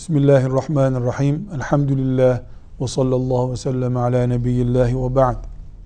Bismillahirrahmanirrahim. Elhamdülillah ve sallallahu ve sellem ala nebiyyillahi ve ba'd.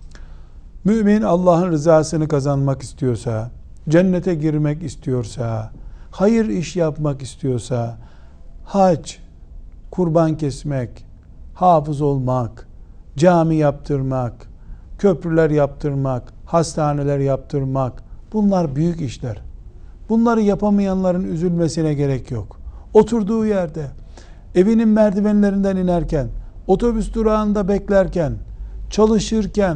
Mümin Allah'ın rızasını kazanmak istiyorsa, cennete girmek istiyorsa, hayır iş yapmak istiyorsa, hac, kurban kesmek, hafız olmak, cami yaptırmak, köprüler yaptırmak, hastaneler yaptırmak, bunlar büyük işler. Bunları yapamayanların üzülmesine gerek yok. Oturduğu yerde, evinin merdivenlerinden inerken, otobüs durağında beklerken, çalışırken,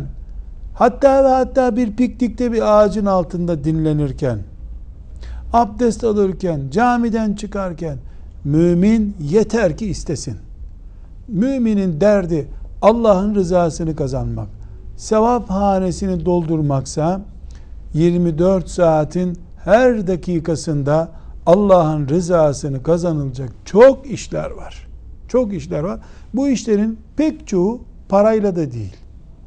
hatta bir piknikte bir ağacın altında dinlenirken, abdest alırken, camiden çıkarken, mümin yeter ki istesin. Müminin derdi Allah'ın rızasını kazanmak, sevap hanesini doldurmaksa, 24 saatin her dakikasında Allah'ın rızasını kazanılacak çok işler var. Çok işler var. Bu işlerin pek çoğu parayla da değil.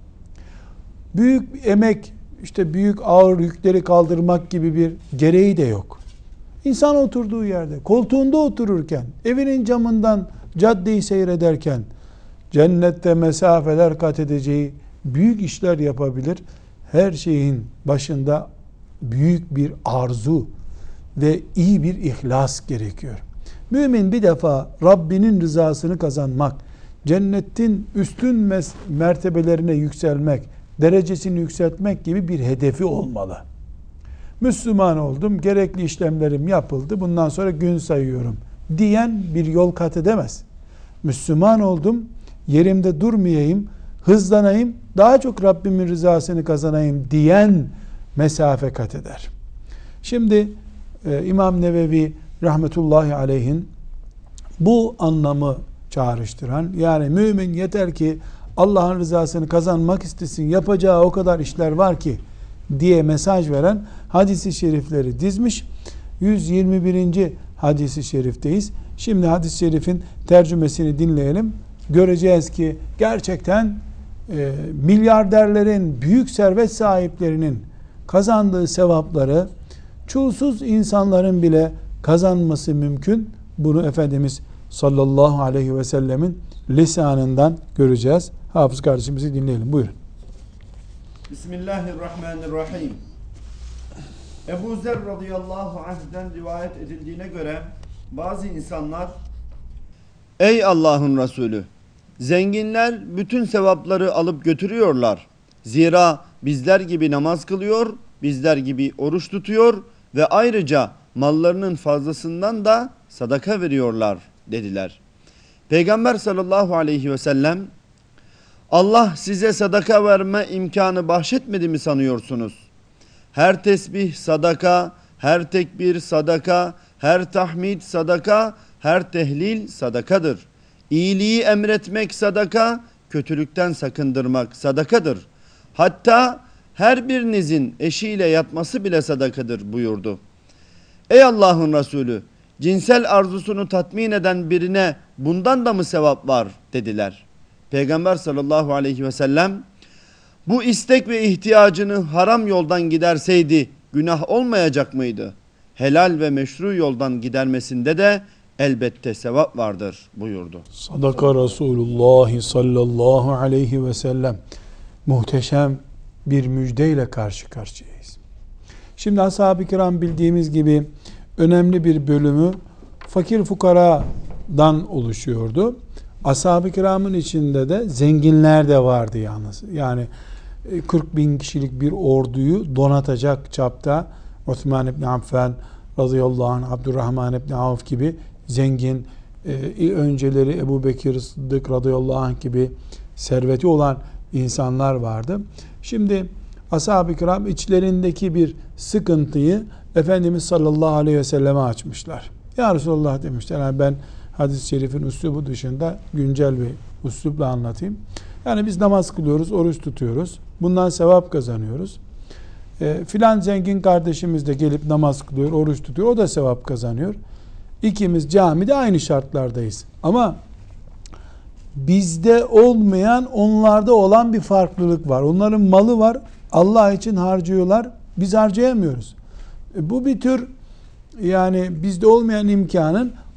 Büyük emek, büyük ağır yükleri kaldırmak gibi bir gereği de yok. İnsan oturduğu yerde, koltuğunda otururken, evinin camından caddeyi seyrederken, cennette mesafeler kat edeceği büyük işler yapabilir. Her şeyin başında büyük bir arzu ve iyi bir ihlas gerekiyor. Mümin bir defa Rabbinin rızasını kazanmak, cennetin üstün mertebelerine yükselmek, derecesini yükseltmek gibi bir hedefi olmalı. Müslüman oldum, gerekli işlemlerim yapıldı, bundan sonra gün sayıyorum diyen bir yol kat edemez. Müslüman oldum, yerimde durmayayım, hızlanayım, daha çok Rabbimin rızasını kazanayım diyen mesafe kat eder. Şimdi İmam Nevevi rahmetullahi aleyhin bu anlamı çağrıştıran, yani mümin yeter ki Allah'ın rızasını kazanmak istesin, yapacağı o kadar işler var ki diye mesaj veren hadis-i şerifleri dizmiş. 121. hadis-i şerifteyiz. Şimdi hadis-i şerifin tercümesini dinleyelim. Göreceğiz ki gerçekten milyarderlerin, büyük servet sahiplerinin kazandığı sevapları çulsuz insanların bile kazanması mümkün. Bunu Efendimiz sallallahu aleyhi ve sellemin lisanından göreceğiz. Hafız kardeşimizi dinleyelim. Buyurun. Bismillahirrahmanirrahim. Ebu Zer radıyallahu anh'den rivayet edildiğine göre bazı insanlar, ey Allah'ın Resulü, zenginler bütün sevapları alıp götürüyorlar. Zira bizler gibi namaz kılıyor, bizler gibi oruç tutuyor ve ayrıca mallarının fazlasından da sadaka veriyorlar dediler. Peygamber sallallahu aleyhi ve sellem, Allah size sadaka verme imkanı bahşetmedi mi sanıyorsunuz? Her tesbih sadaka, her tekbir sadaka, her tahmid sadaka, her tehlil sadakadır. İyiliği emretmek sadaka, kötülükten sakındırmak sadakadır. Hatta her birinizin eşiyle yatması bile sadakadır buyurdu. Ey Allah'ın Resulü, cinsel arzusunu tatmin eden birine bundan da mı sevap var dediler. Peygamber sallallahu aleyhi ve sellem, bu istek ve ihtiyacını haram yoldan giderseydi günah olmayacak mıydı? Helal ve meşru yoldan gidermesinde de elbette sevap vardır buyurdu. Sadaka Resulullah sallallahu aleyhi ve sellem. Muhteşem bir müjdeyle karşı karşıyayız. Şimdi ashab-ı kiram bildiğimiz gibi önemli bir bölümü fakir fukaradan oluşuyordu. Ashab-ı kiramın içinde de zenginler de vardı yalnız. Yani 40 bin kişilik bir orduyu donatacak çapta Osman İbni Affan radıyallahu anh, Abdurrahman İbni Avf gibi zengin, önceleri Ebu Bekir Sıddık radıyallahu anh gibi serveti olan insanlar vardı. Şimdi ashab-ı kiram içlerindeki bir sıkıntıyı Efendimiz sallallahu aleyhi ve selleme açmışlar. Ya Resulallah demişler, yani ben hadis-i şerifin üslubu dışında güncel bir üslupla anlatayım. Yani biz namaz kılıyoruz, oruç tutuyoruz. Bundan sevap kazanıyoruz. Filan zengin kardeşimiz de gelip namaz kılıyor, oruç tutuyor. O da sevap kazanıyor. İkimiz camide aynı şartlardayız. Ama bizde olmayan, onlarda olan bir farklılık var. Onların malı var. Allah için harcıyorlar. Biz harcayamıyoruz. Bu bir tür, yani bizde olmayan imkanın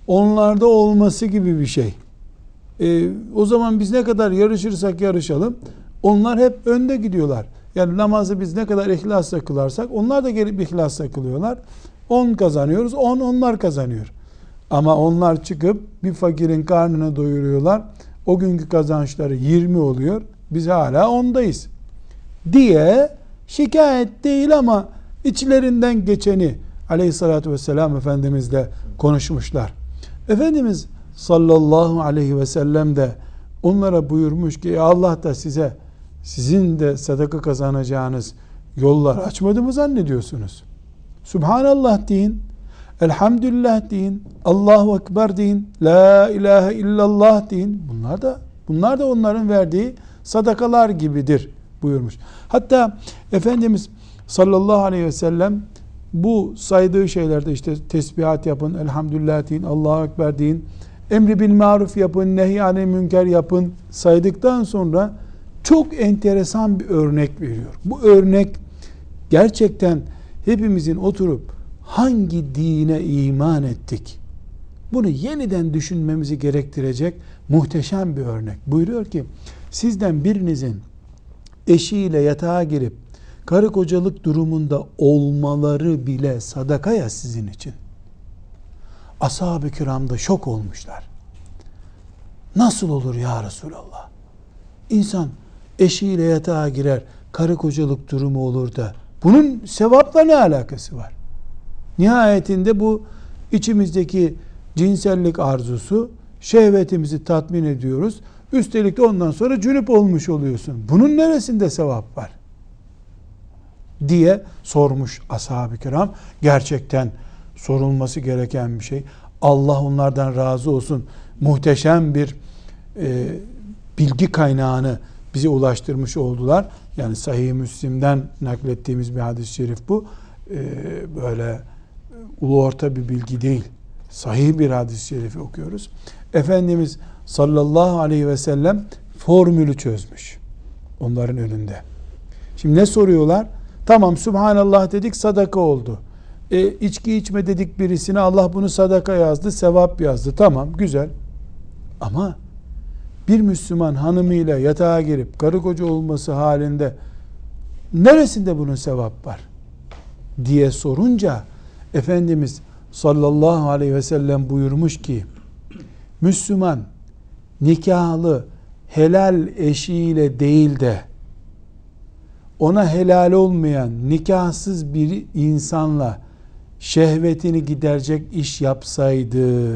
onlarda olması gibi bir şey. O zaman biz ne kadar yarışırsak yarışalım, onlar hep önde gidiyorlar. Yani namazı biz ne kadar ihlasla kılarsak onlar da gelip ihlasla kılıyorlar. 10 kazanıyoruz, 10 onlar kazanıyor. Ama onlar çıkıp bir fakirin karnını doyuruyorlar. O günkü kazançları 20 oluyor. Biz hala 10'dayız diye şikayet değil ama içlerinden geçeni aleyhissalatü vesselam Efendimizle konuşmuşlar. Efendimiz sallallahu aleyhi ve sellem de onlara buyurmuş ki Allah da size sizin de sadaka kazanacağınız yollar açmadı mı zannediyorsunuz? Subhanallah deyin, elhamdülillah deyin, Allahu Ekber deyin, la ilahe illallah deyin. Bunlar da onların verdiği sadakalar gibidir buyurmuş. Hatta Efendimiz sallallahu aleyhi ve sellem bu saydığı şeylerde işte tesbihat yapın, elhamdülillah deyin, Allahu Ekber deyin, emri bil maruf yapın, nehy-i münker yapın saydıktan sonra çok enteresan bir örnek veriyor. Bu örnek gerçekten hepimizin oturup hangi dine iman ettik? Bunu yeniden düşünmemizi gerektirecek muhteşem bir örnek. Buyuruyor ki sizden birinizin eşiyle yatağa girip karı kocalık durumunda olmaları bile sadaka ya sizin için. Ashab-ı kiram da şok olmuşlar. Nasıl olur ya Resulallah? İnsan eşiyle yatağa girer, karı kocalık durumu olur da bunun sevapla ne alakası var? Nihayetinde bu içimizdeki cinsellik arzusu, şehvetimizi tatmin ediyoruz. Üstelik de ondan sonra cünüp olmuş oluyorsun. Bunun neresinde sevap var? Diye sormuş ashab-ı kiram. Gerçekten sorulması gereken bir şey. Allah onlardan razı olsun. Muhteşem bir bilgi kaynağını bize ulaştırmış oldular. Yani Sahih-i Müslim'den naklettiğimiz bir hadis-i şerif bu. Böyle ulu orta bir bilgi değil. Sahih bir hadis-i şerifi okuyoruz. Efendimiz sallallahu aleyhi ve sellem formülü çözmüş onların önünde. Şimdi ne soruyorlar? Tamam Subhanallah dedik, sadaka oldu. İçki içme dedik birisine, Allah bunu sadaka yazdı, sevap yazdı. Tamam, güzel. Ama bir Müslüman hanımıyla yatağa girip karı koca olması halinde neresinde bunun sevap var diye sorunca Efendimiz sallallahu aleyhi ve sellem buyurmuş ki Müslüman nikahlı helal eşiyle değil de ona helal olmayan nikahsız bir insanla şehvetini giderecek iş yapsaydı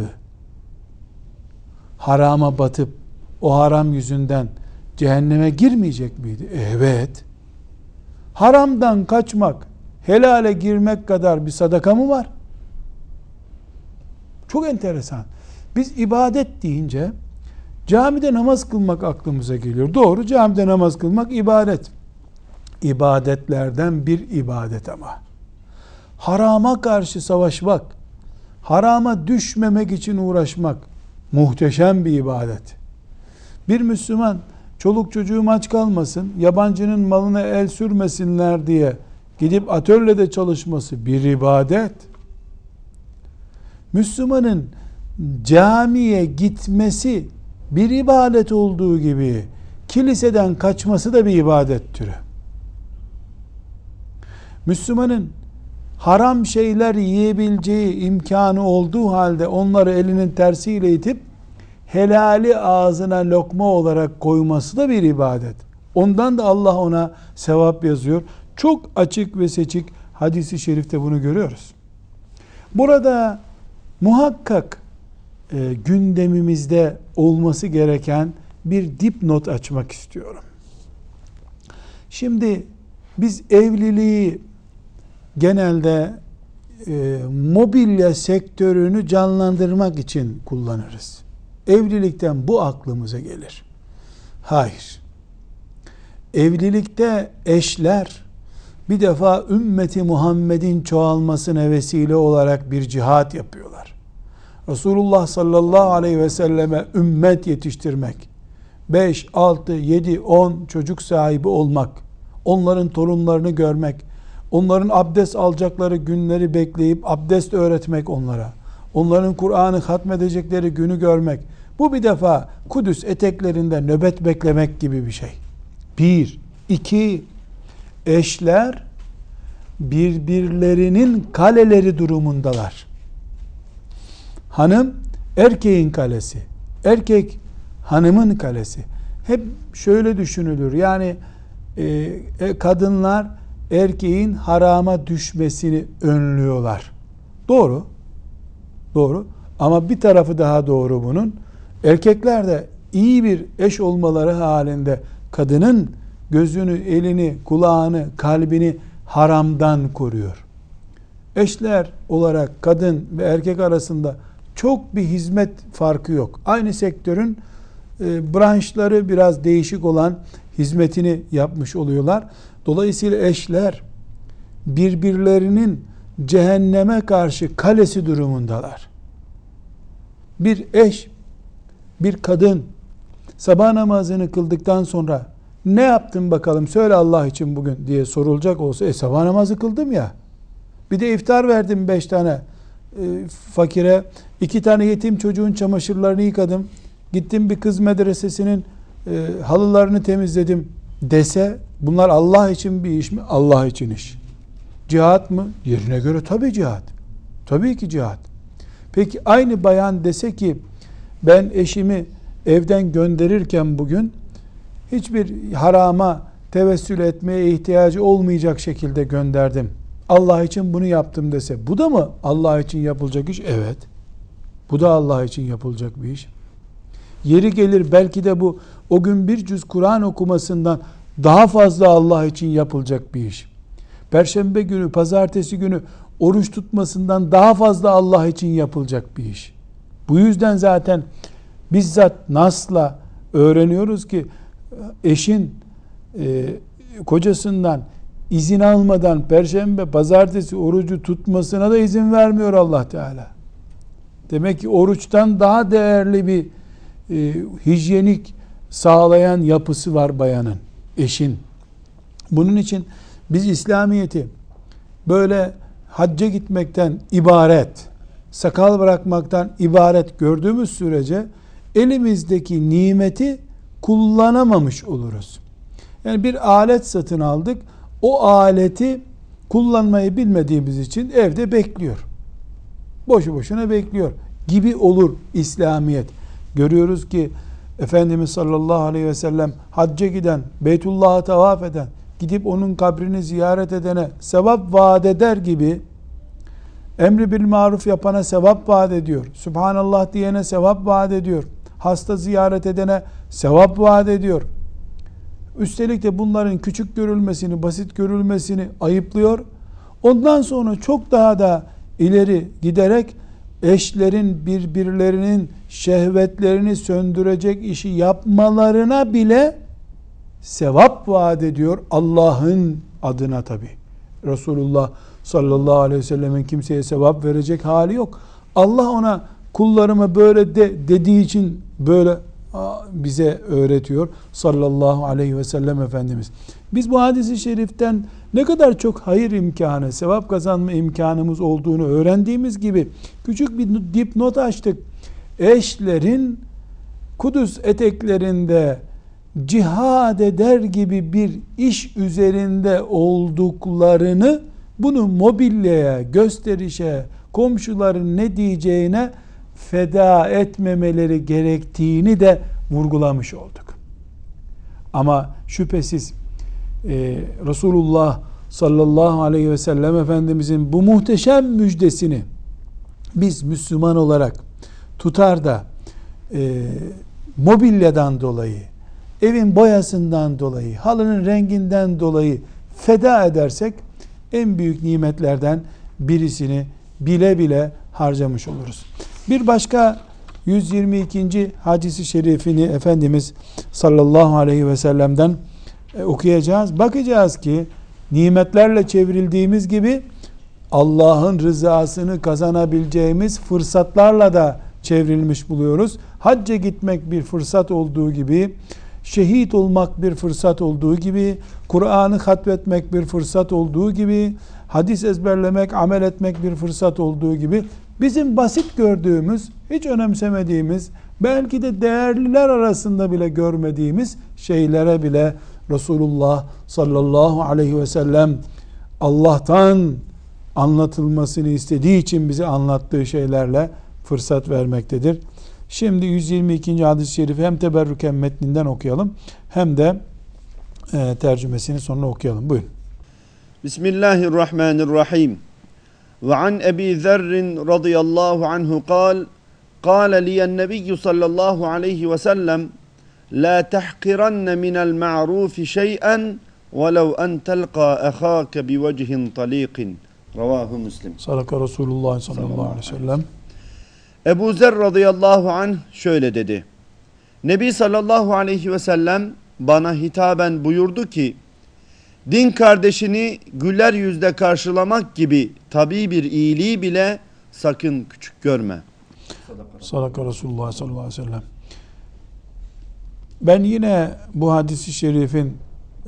harama batıp o haram yüzünden cehenneme girmeyecek miydi? Evet. Haramdan kaçmak, helale girmek kadar bir sadaka mı var? Çok enteresan. Biz ibadet deyince camide namaz kılmak aklımıza geliyor. Doğru, camide namaz kılmak ibadet. İbadetlerden bir ibadet ama. Harama karşı savaşmak, harama düşmemek için uğraşmak muhteşem bir ibadet. Bir Müslüman çoluk çocuğum aç kalmasın, yabancının malına el sürmesinler diye gidip atölyede çalışması bir ibadet. Müslümanın camiye gitmesi bir ibadet olduğu gibi kiliseden kaçması da bir ibadet türü. Müslümanın haram şeyler yiyebileceği imkanı olduğu halde onları elinin tersiyle itip helali ağzına lokma olarak koyması da bir ibadet. Ondan da Allah ona sevap yazıyor. Çok açık ve seçik hadis-i şerifte bunu görüyoruz. Burada muhakkak gündemimizde olması gereken bir dipnot açmak istiyorum. Şimdi biz evliliği genelde mobilya sektörünü canlandırmak için kullanırız. Evlilikten bu aklımıza gelir. Hayır. Evlilikte eşler bir defa ümmeti Muhammed'in çoğalmasına vesile olarak bir cihat yapıyorlar. Resulullah sallallahu aleyhi ve selleme ümmet yetiştirmek, 5, 6, 7, 10 çocuk sahibi olmak, onların torunlarını görmek, onların abdest alacakları günleri bekleyip abdest öğretmek onlara, onların Kur'an'ı hatmedecekleri günü görmek, bu bir defa Kudüs eteklerinde nöbet beklemek gibi bir şey. Bir. İki, eşler birbirlerinin kaleleri durumundalar. Hanım erkeğin kalesi, erkek hanımın kalesi. Hep şöyle düşünülür. Yani kadınlar erkeğin harama düşmesini önlüyorlar. Doğru. Doğru. Ama bir tarafı daha doğru bunun. Erkekler de iyi bir eş olmaları halinde kadının gözünü, elini, kulağını, kalbini haramdan koruyor. Eşler olarak kadın ve erkek arasında çok bir hizmet farkı yok. Aynı sektörün branşları biraz değişik olan hizmetini yapmış oluyorlar. Dolayısıyla eşler birbirlerinin cehenneme karşı kalesi durumundalar. Bir eş, bir kadın sabah namazını kıldıktan sonra ne yaptın bakalım söyle Allah için bugün diye sorulacak olsa sabah namazı kıldım ya, bir de iftar verdim 5 tane fakire, 2 tane yetim çocuğun çamaşırlarını yıkadım, gittim bir kız medresesinin halılarını temizledim dese, bunlar Allah için bir iş mi? Allah için iş. Cihat mı? Yerine göre tabii cihat. Tabii ki cihat. Peki aynı bayan dese ki ben eşimi evden gönderirken bugün hiçbir harama tevessül etmeye ihtiyacı olmayacak şekilde gönderdim, Allah için bunu yaptım dese, bu da mı Allah için yapılacak iş? Evet. Bu da Allah için yapılacak bir iş. Yeri gelir belki de bu o gün bir cüz Kur'an okumasından daha fazla Allah için yapılacak bir iş. Perşembe günü, pazartesi günü oruç tutmasından daha fazla Allah için yapılacak bir iş. Bu yüzden zaten bizzat Nas'la öğreniyoruz ki eşin kocasından izin almadan perşembe, pazartesi orucu tutmasına da izin vermiyor Allah Teala. Demek ki oruçtan daha değerli bir hijyenik sağlayan yapısı var bayanın, eşin. Bunun için biz İslamiyet'i böyle hacca gitmekten ibaret, sakal bırakmaktan ibaret gördüğümüz sürece elimizdeki nimeti kullanamamış oluruz. Yani bir alet satın aldık, o aleti kullanmayı bilmediğimiz için evde bekliyor. Boşu boşuna bekliyor gibi olur İslamiyet. Görüyoruz ki Efendimiz sallallahu aleyhi ve sellem hacca giden, Beytullah'ı tavaf eden, gidip onun kabrini ziyaret edene sevap vaat eder gibi, emri bil maruf yapana sevap vaat ediyor. Subhanallah diyene sevap vaat ediyor. Hasta ziyaret edene sevap vaat ediyor. Üstelik de bunların küçük görülmesini, basit görülmesini ayıplıyor. Ondan sonra çok daha da ileri giderek eşlerin birbirlerinin şehvetlerini söndürecek işi yapmalarına bile sevap vaat ediyor, Allah'ın adına tabi. Resulullah sallallahu aleyhi ve sellemin kimseye sevap verecek hali yok. Allah ona kullarıma böyle de dediği için böyle bize öğretiyor sallallahu aleyhi ve sellem Efendimiz. Biz bu hadis-i şeriften ne kadar çok hayır imkanı, sevap kazanma imkanımız olduğunu öğrendiğimiz gibi küçük bir dipnot açtık. Eşlerin Kudüs eteklerinde cihad eder gibi bir iş üzerinde olduklarını, bunu mobilyaya, gösterişe, komşuların ne diyeceğine feda etmemeleri gerektiğini de vurgulamış olduk. Ama şüphesiz Resulullah sallallahu aleyhi ve sellem Efendimizin bu muhteşem müjdesini biz Müslüman olarak tutar da mobilyadan dolayı, evin boyasından dolayı, halının renginden dolayı feda edersek en büyük nimetlerden birisini bile bile harcamış oluruz. Bir başka 122. hadisi şerifini Efendimiz sallallahu aleyhi ve sellem'den okuyacağız. Bakacağız ki nimetlerle çevrildiğimiz gibi Allah'ın rızasını kazanabileceğimiz fırsatlarla da çevrilmiş buluyoruz. Hacca gitmek bir fırsat olduğu gibi, şehit olmak bir fırsat olduğu gibi, Kur'an'ı hatmetmek bir fırsat olduğu gibi, hadis ezberlemek, amel etmek bir fırsat olduğu gibi Bizim basit gördüğümüz, hiç önemsemediğimiz, belki de değerliler arasında bile görmediğimiz şeylere bile Resulullah sallallahu aleyhi ve sellem Allah'tan anlatılmasını istediği için bize anlattığı şeylerle fırsat vermektedir. Şimdi 122. hadis-i şerifi hem teberrüken metninden okuyalım hem de tercümesini sonra okuyalım. Buyurun. Bismillahirrahmanirrahim. Ve an Ebi Zerrin radıyallahu anhu kâle liyen nebiyyü sallallahu aleyhi ve sellem la tehkiranne minel ma'rufi şey'en velev en telqa ehâke bi vecihin taliqin. Ravahu Müslim. Sadaka Resulullah sallallahu aleyhi ve sellem. Ebu Zer radıyallahu anh şöyle dedi. Nebi sallallahu aleyhi ve sellem bana hitaben buyurdu ki, din kardeşini güler yüzle karşılamak gibi tabii bir iyiliği bile sakın küçük görme. Sadaka Resulullah sallallahu aleyhi ve sellem. Ben yine bu hadis-i şerifin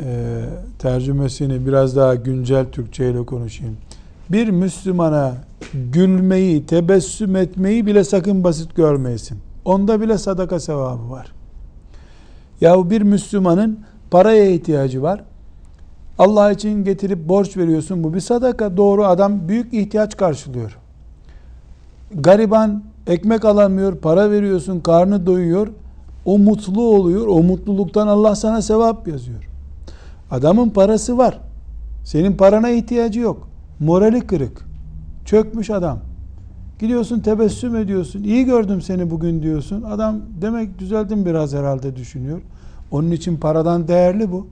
tercümesini biraz daha güncel Türkçe ile konuşayım. Bir Müslümana gülmeyi, tebessüm etmeyi bile sakın basit görmeyesin. Onda bile sadaka sevabı var. Yahu bir Müslümanın paraya ihtiyacı var. Allah için getirip borç veriyorsun. Bu bir sadaka. Doğru, adam büyük ihtiyaç karşılıyor. Gariban ekmek alamıyor. Para veriyorsun. Karnı doyuyor. O mutlu oluyor. O mutluluktan Allah sana sevap yazıyor. Adamın parası var. Senin parana ihtiyacı yok. Morali kırık. Çökmüş adam. Gidiyorsun tebessüm ediyorsun. İyi gördüm seni bugün diyorsun. Adam demek düzeldim biraz herhalde düşünüyor. Onun için paradan değerli bu.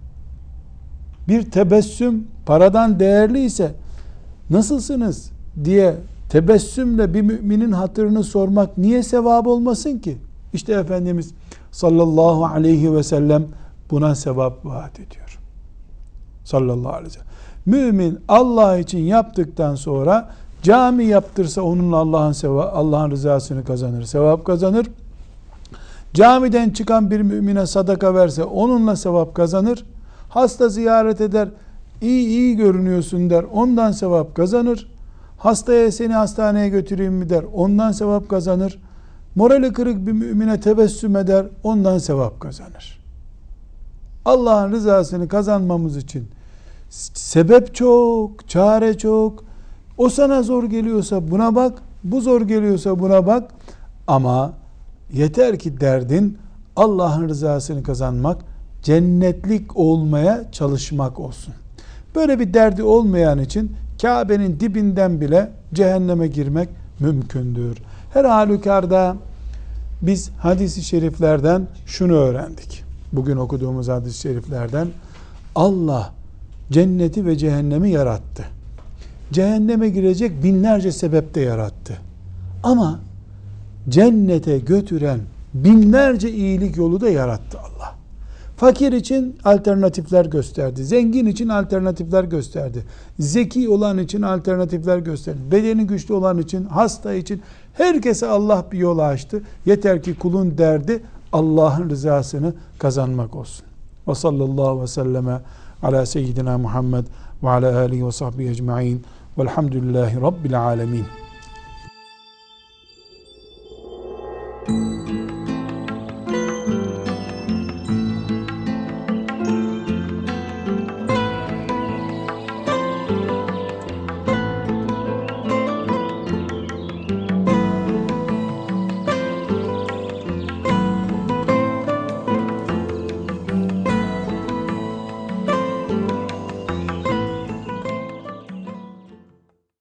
Bir tebessüm paradan değerli ise nasılsınız diye tebessümle bir müminin hatırını sormak niye sevap olmasın ki? İşte Efendimiz sallallahu aleyhi ve sellem buna sevap vaat ediyor. Sallallahu aleyhi ve sellem. Mümin Allah için yaptıktan sonra cami yaptırsa onunla Allah'ın rızasını kazanır, sevap kazanır. Camiden çıkan bir mümine sadaka verse onunla sevap kazanır. Hasta ziyaret eder, iyi görünüyorsun der, ondan sevap kazanır. Hastaya seni hastaneye götüreyim mi der, ondan sevap kazanır. Morali kırık bir mümine tebessüm eder, ondan sevap kazanır. Allah'ın rızasını kazanmamız için sebep çok, çare çok. O sana zor geliyorsa buna bak, bu zor geliyorsa buna bak. Ama yeter ki derdin Allah'ın rızasını kazanmak, cennetlik olmaya çalışmak olsun. Böyle bir derdi olmayan için Kabe'nin dibinden bile cehenneme girmek mümkündür. Her halükarda biz hadis-i şeriflerden şunu öğrendik. Bugün okuduğumuz hadis-i şeriflerden Allah cenneti ve cehennemi yarattı. Cehenneme girecek binlerce sebep de yarattı. Ama cennete götüren binlerce iyilik yolu da yarattı Allah. Fakir için alternatifler gösterdi. Zengin için alternatifler gösterdi. Zeki olan için alternatifler gösterdi. Bedeni güçlü olan için, hasta için herkese Allah bir yol açtı. Yeter ki kulun derdi Allah'ın rızasını kazanmak olsun. Ve sallallahu ve selleme ala seyyidina Muhammed ve ala alihi ve sahbihi ecma'in velhamdülillahi rabbil alemin.